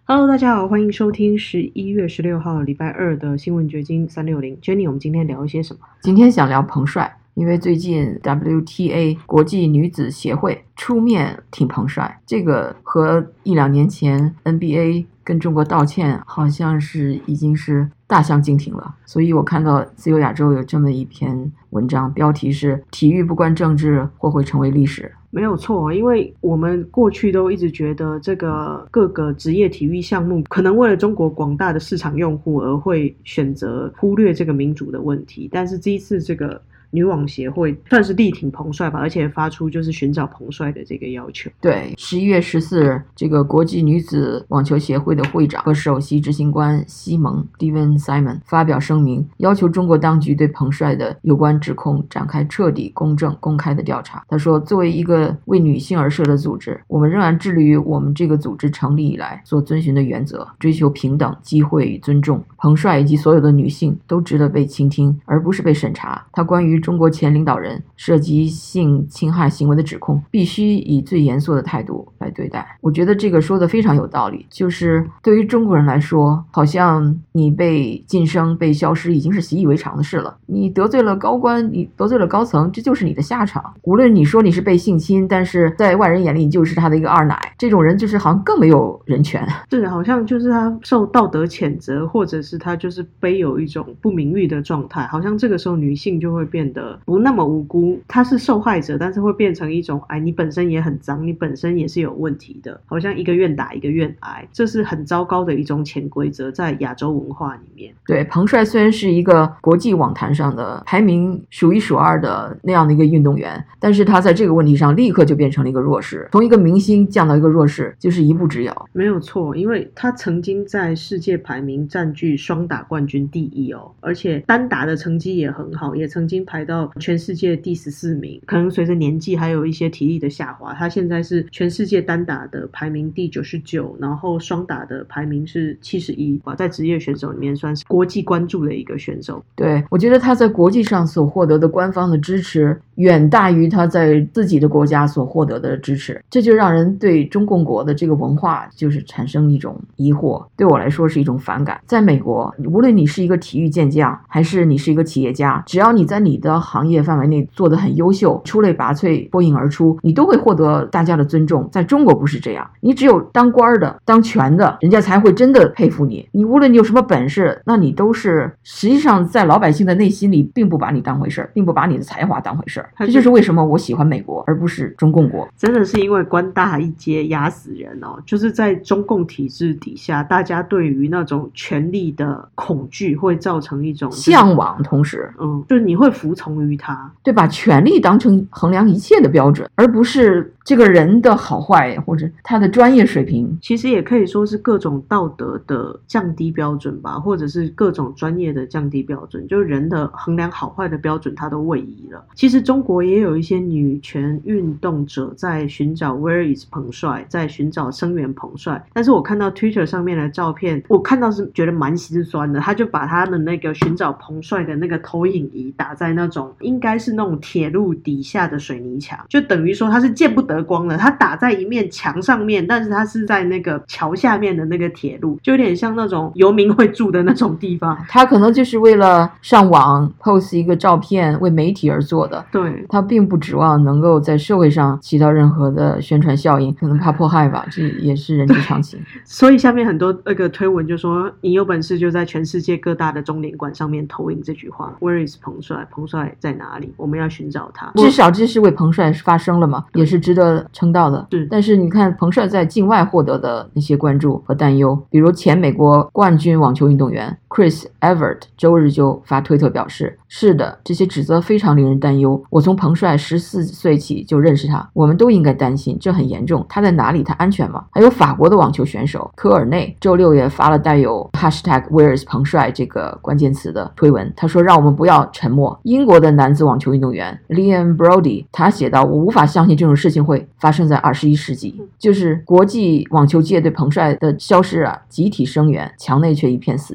Hello，大家好，欢迎收听11月16号礼拜二的新闻掘金360。Jenny，我们今天聊一些什么？ 今天想聊彭帅，因为最近 WTA 国际女子协会出面挺彭帅，这个和1-2年前 NBA 跟中国道歉好像是已经是大相径庭了。所以我看到自由亚洲有这么一篇文章，标题是体育不关政治或会成为历史。 没有错，因为我们过去都一直觉得这个各个职业体育项目可能为了中国广大的市场用户而会选择忽略这个民主的问题，但是这一次这个女网协会算是力挺彭帅吧，而且发出就是寻找彭帅的这个要求。 对，11月14日，这个国际女子网球协会的会长和首席执行官西蒙 Steven Simon 发表声明，要求中国当局对彭帅的有关指控展开彻底、公正、公开的调查。他说，作为一个为女性而设的组织，我们仍然致力于我们这个组织成立以来所遵循的原则，追求平等、机会与尊重。彭帅以及所有的女性都值得被倾听，而不是被审查。他关于中国前领导人涉及性侵害行为的指控，必须以最严肃的态度来对待。我觉得这个说的非常有道理，就是对于中国人来说，好像你被晋升、被消失已经是习以为常的事了。你得罪了高官，你得罪了高层，这就是你的下场。无论你说你是被性侵，但是在外人眼里你就是他的一个二奶，这种人就是好像更没有人权。 是，好像就是他受道德谴责，或者是他就是背有一种不名誉的状态，好像这个时候女性就会变得不那么无辜，她是受害者，但是会变成一种你本身也很脏，你本身也是有问题的，好像一个愿打一个愿挨，这是很糟糕的一种潜规则在亚洲文化里面。 对，彭帅虽然是一个国际网坛上的排名数一数二的那样的一个运动员，但是他在这个问题上立刻就变成了一个弱势，从一个明星降到一个弱势就是一步之遥。 没有错，因为他曾经在世界排名占据双打冠军第一哦，而且单打的成绩也很好，也曾经排到全世界第14名。可能随着年纪还有一些体力的下滑，他现在是全世界单打的排名第99，然后双打的排名是71，在职业选手里面算是国际关注的一个选手。 对，我觉得他在国际上所获得的官方的支持远大于他在自己的国家所获得的支持，这就让人对中共国的这个文化就是产生一种疑惑，对我来说是一种反感。在美国，无论你是一个体育健将还是你是一个企业家，只要你在你的行业范围内做得很优秀，出类拔萃，脱颖而出，你都会获得大家的尊重。在中国不是这样，你只有当官的当权的人家才会真的佩服你，你无论你有什么本事，那你都是实际上在老百姓的内心里并不把你当回事，并不把你的才华当回事。这就是为什么我喜欢美国而不是中共国。 真的是因为官大一阶压死人哦，就是在中共体制底下，大家对于那种权力的恐惧会造成一种向往，同时就是你会服从于他， 对，把权力当成衡量一切的标准，而不是这个人的好坏或者他的专业水平。 其实也可以说是各种道德的降低标准吧，或者是各种专业的降低标准，就是人的衡量好坏的标准它都位移了。其实中国也有一些女权运动者在寻找 Where is 彭帅，在寻找声援彭帅，但是我看到 Twitter 上面的照片，我看到是觉得蛮心酸的，他就把他们那个寻找彭帅的那个投影仪打在那种应该是那种铁路底下的水泥墙，就等于说他是见不得光了，他打在一面墙上面，但是他是在那个桥下面的那个铁路，就有点像那种游民会住的那种地方。 他可能就是为了上网 post 一个照片为媒体而做的， 对， 他并不指望能够在社会上起到任何的宣传效应，可能怕迫害吧，这也是人之常情。 所以下面很多那个推文就说，你有本事就在全世界各大的钟点馆上面投影这句话 Where is 彭帅，彭帅在哪里，我们要寻找他。 至少这是为彭帅发声了嘛，也是值得称道的。但是你看彭帅在境外获得的那些关注和担忧，比如前美国冠军网球运动员 Chris Evert 周日就发推特表示，是的，这些指责非常令人担忧，我从彭帅14岁起就认识他，我们都应该担心，这很严重，他在哪里，他安全吗？还有法国的网球选手科尔内周六也发了带有 #Where's 彭帅这个关键词的推文，他说让我们不要沉默。英国的男子网球运动员 Liam Brody 他写道，我无法相信这种事情会发生在21世纪，就是国际网球界对彭帅的消失集体声援，墙内却一片死寂。自由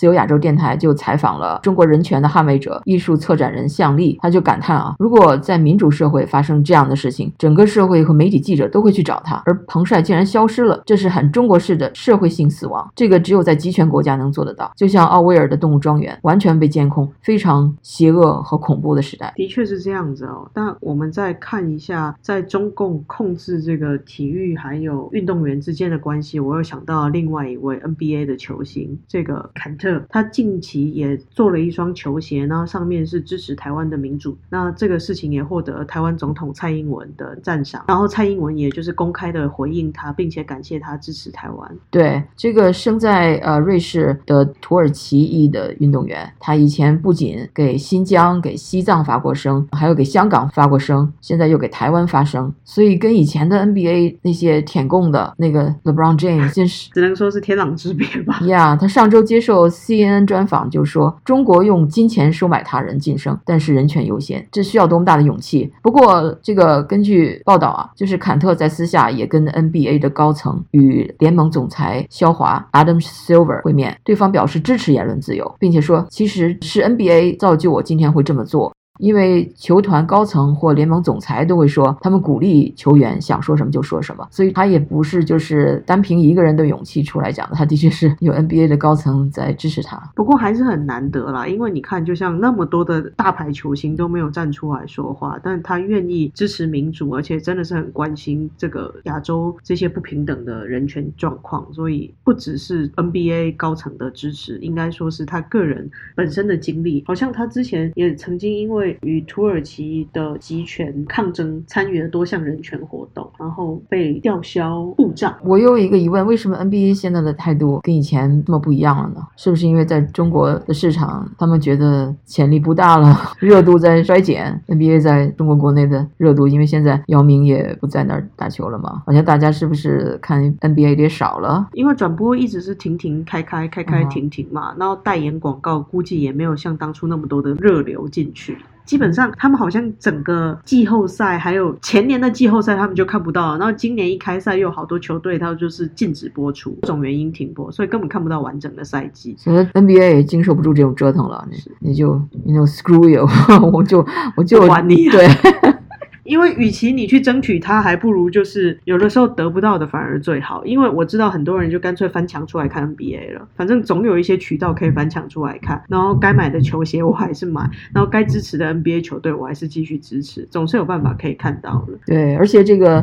九亚洲电台就采访了中国人权的捍卫者、艺术策展人向丽，他就感叹啊，如果在民主社会发生这样的事情，整个社会和媒体记者都会去找他，而彭帅竟然消失了，这是很中国式的社会性死亡，这个只有在集权国家能做得到。就像奥威尔的动物庄园完全被监控，非常邪恶和恐怖的时代。 的确是这样子哦。但我们再看一下，在中共控制这个体育还有运动员之间的关系，我又想到另外一位 NBA 的球星，这个坎特，他近期也做了一双球鞋，然后上面是支持台湾的民主，那这个事情也获得台湾总统蔡英文的赞赏，然后蔡英文也就是公开的回应他，并且感谢他支持台湾。 对，这个生在瑞士的土耳其裔的运动员，他以前不仅给新疆、给西藏发过声，还有给香港发过声，现在又给台湾发声，所以跟以前的 NBA 那些舔共的那个 LeBron James 真是只能说是天壤之别吧。 呀，他上周接受 CNN 专访就说，中国用金钱收买他人晋升，但是人权优先，这需要多么大的勇气。不过这个根据报道啊，就是坎特在私下也跟 NBA 的高层与联盟总裁肖华 Adam Silver 会面，对方表示支持言论自由，并且说其实是 NBA 造就我今天会这么做，因为球团高层或联盟总裁都会说他们鼓励球员想说什么就说什么，所以他也不是就是单凭一个人的勇气出来讲的，他的确是有 NBA 的高层在支持他。 不过还是很难得啦，因为你看就像那么多的大牌球星都没有站出来说话，但他愿意支持民主，而且真的是很关心这个亚洲这些不平等的人权状况，所以不只是 NBA 高层的支持，应该说是他个人本身的经历。好像他之前也曾经因为与土耳其的集权抗争参与了多项人权活动，然后被吊销护照。 我有一个疑问，为什么 NBA 现在的态度跟以前这么不一样了呢？是不是因为在中国的市场他们觉得潜力不大了，热度在衰减？ NBA 在中国国内的热度，因为现在姚明也不在那儿打球了嘛，好像大家是不是看 NBA 也少了？ 因为转播一直是停停开开开开停停嘛，然后代言广告估计也没有像当初那么多的热流进去，基本上他们好像整个季后赛还有前年的季后赛他们就看不到了，然后今年一开赛又有好多球队他就是禁止播出，各种原因停播，所以根本看不到完整的赛季。 所以 NBA 也经受不住这种折腾了，你就 screw you 我就不管你对因为与其你去争取它，还不如就是有的时候得不到的反而最好。因为我知道很多人就干脆翻墙出来看 NBA 了，反正总有一些渠道可以翻墙出来看，然后该买的球鞋我还是买，然后该支持的 NBA 球队我还是继续支持，总是有办法可以看到的。 对，而且这个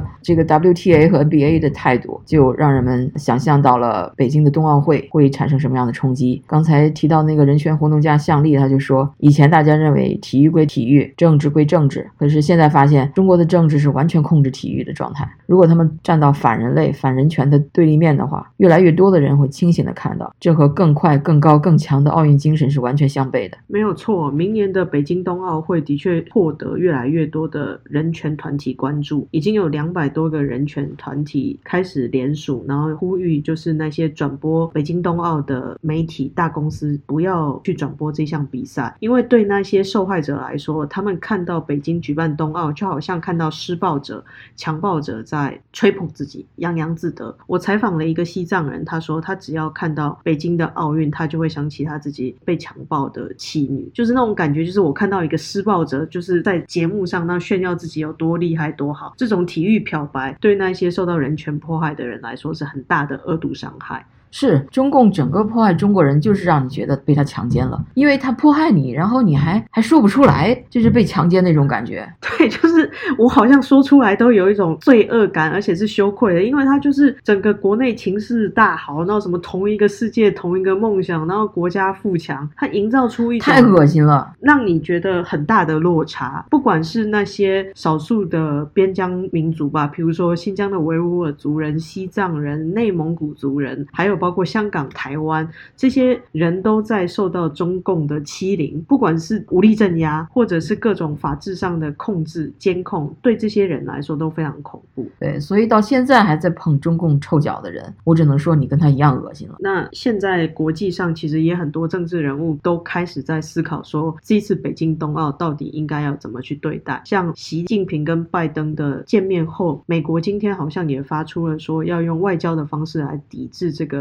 WTA 和 NBA 的态度就让人们想象到了北京的冬奥会会产生什么样的冲击。刚才提到那个人权活动家向丽，他就说以前大家认为体育归体育，政治归政治，可是现在发现中国的政治是完全控制体育的状态。如果他们站到反人类、反人权的对立面的话，越来越多的人会清醒地看到，这和更快、更高、更强的奥运精神是完全相悖的。 没有错，明年的北京冬奥会的确获得越来越多的人权团体关注，已经有200多个人权团体开始联署，然后呼吁就是那些转播北京冬奥的媒体大公司不要去转播这项比赛，因为对那些受害者来说，他们看到北京举办冬奥就好像看到施暴者、强暴者在吹捧自己，洋洋自得。我采访了一个西藏人，他说他只要看到北京的奥运，他就会想起他自己被强暴的妻女，就是那种感觉，就是我看到一个施暴者就是在节目上那炫耀自己有多厉害多好，这种体育漂白对那些受到人权迫害的人来说是很大的恶毒伤害。 是中共整个迫害中国人，就是让你觉得被他强奸了，因为他迫害你，然后你还说不出来，就是被强奸那种感觉。 对，就是我好像说出来都有一种罪恶感，而且是羞愧的，因为他就是整个国内情势大好，然后什么同一个世界同一个梦想，然后国家富强，他营造出一种太恶心了， 让你觉得很大的落差。不管是那些少数的边疆民族吧，比如说新疆的维吾尔族人、西藏人、内蒙古族人，还有包括香港、台湾，这些人都在受到中共的欺凌，不管是武力镇压，或者是各种法制上的控制、监控，对这些人来说都非常恐怖。 对，所以到现在还在捧中共臭脚的人，我只能说你跟他一样恶心了。 那现在国际上其实也很多政治人物都开始在思考说，这一次北京冬奥到底应该要怎么去对待。像习近平跟拜登的见面后，美国今天好像也发出了说要用外交的方式来抵制这个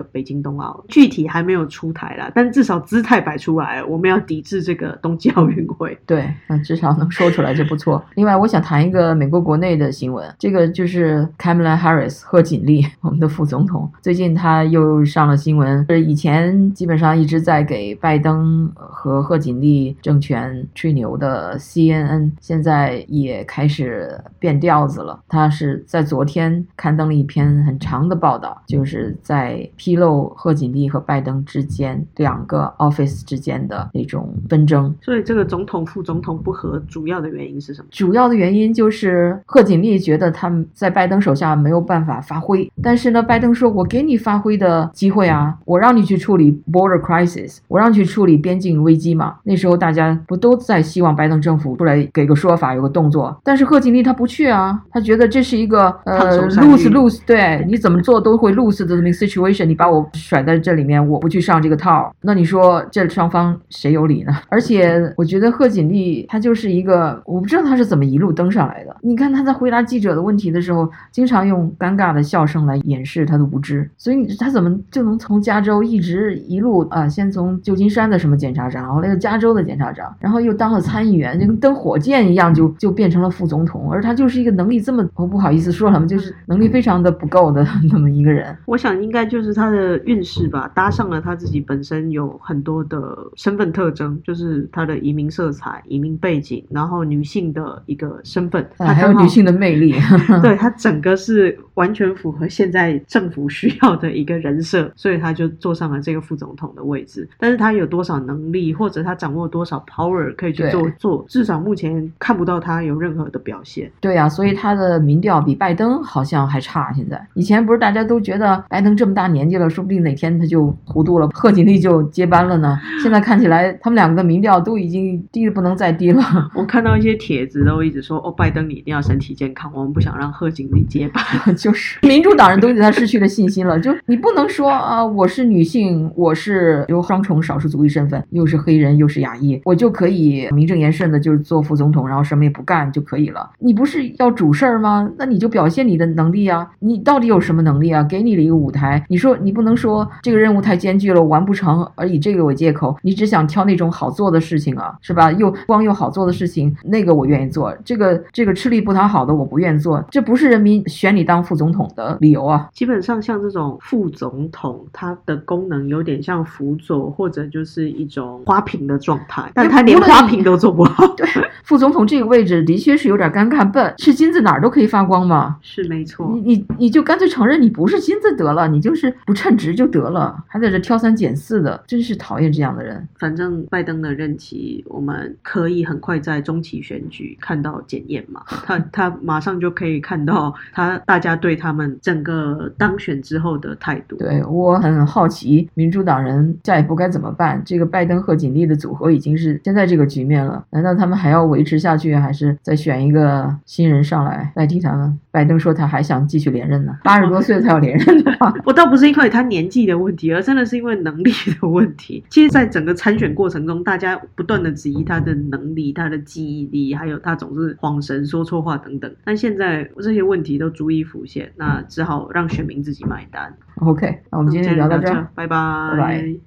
北京冬奥，具体还没有出台啦，但至少姿态摆出来，我们要抵制这个冬季奥运会。 对，至少能说出来就不错。另外我想谈一个美国国内的新闻，这个就是 Kamala Harris 贺锦丽，我们的副总统，最近他又上了新闻，以前基本上一直在给拜登和贺锦丽政权吹牛的 CNN 现在也开始变调子了。他是在昨天刊登了一篇很长的报道，就是在披露贺锦丽和拜登之间两个 office 之间的那种纷争。 所以这个总统副总统不和主要的原因是什么？ 主要的原因就是贺锦丽觉得他们在拜登手下没有办法发挥，但是呢，拜登说我给你发挥的机会啊，我让你去处理 border crisis， 我让你去处理边境危机嘛。那时候大家不都在希望拜登政府出来给个说法，有个动作，但是贺锦丽他不去啊，他觉得这是一个lose， 对，你怎么做都会 lose 的 situation， 你把我甩在这里面，我不去上这个套，那你说这双方谁有理呢？而且我觉得贺锦丽他就是一个，我不知道他是怎么一路登上来的。你看他在回答记者的问题的时候，经常用尴尬的笑声来掩饰他的无知，所以他怎么就能从加州一路先从旧金山的什么检察长，后来又加州的检察长，然后又当了参议员，就跟登火箭一样，就变成了副总统，而他就是一个能力这么，我不好意思说了嘛，就是能力非常的不够的那么一个人。 我想应该就是他的运势吧，搭上了他自己本身有很多的身份特征，就是他的移民色彩、移民背景，然后女性的一个身份， 还有女性的魅力。 对，他整个是完全符合现在政府需要的一个人设，所以他就坐上了这个副总统的位置。但是他有多少能力，或者他掌握多少 power 可以去做，至少目前看不到他有任何的表现。 对啊，所以他的民调比拜登好像还差。现在以前不是大家都觉得拜登这么大年纪了，说不定哪天他就糊涂了，贺锦丽就接班了呢。现在看起来他们两个的民调都已经低得不能再低了。 我看到一些帖子都一直说拜登你一定要身体健康，我们不想让贺锦丽接班。 就是民主党人都对他失去了信心了，就你不能说我是女性，我是有双重少数族裔身份，又是黑人又是亚裔，我就可以名正言顺的就是做副总统，然后什么也不干就可以了。你不是要主事儿吗？那你就表现你的能力啊，你到底有什么能力啊？给你了一个舞台，你说你不能说这个任务太艰巨了，我完不成，而以这个为借口，你只想挑那种好做的事情啊，是吧？又好做的事情，那个我愿意做，这个吃力不讨好的我不愿意做，这不是人民选你当副总统的理由啊。 基本上像这种副总统，它的功能有点像辅佐，或者就是一种花瓶的状态，但他连花瓶都做不好。 对，副总统这个位置的确是有点尴尬，笨，是金子哪儿都可以发光嘛。 是没错， 你就干脆承认你不是金子得了，你就是不称职就得了，还在这挑三拣四的，真是讨厌这样的人。 反正拜登的任期，我们可以很快在中期选举看到检验嘛，他马上就可以看到大家对他们整个当选之后的态度。 对，我很好奇民主党人下一步该怎么办。这个拜登贺锦丽的组合已经是现在这个局面了，难道他们还要维持下去，还是再选一个新人上来代替他们？拜登说他还想继续连任呢，80多岁才要连任的话。 我倒不是因为他年纪的问题，而真的是因为能力的问题。其实在整个参选过程中，大家不断的质疑他的能力、他的记忆力，还有他总是晃神、说错话等等。但现在这些问题都逐一浮现，那只好让选民自己买单。 OK， 那我们今天就聊到这儿， 拜拜。 拜拜。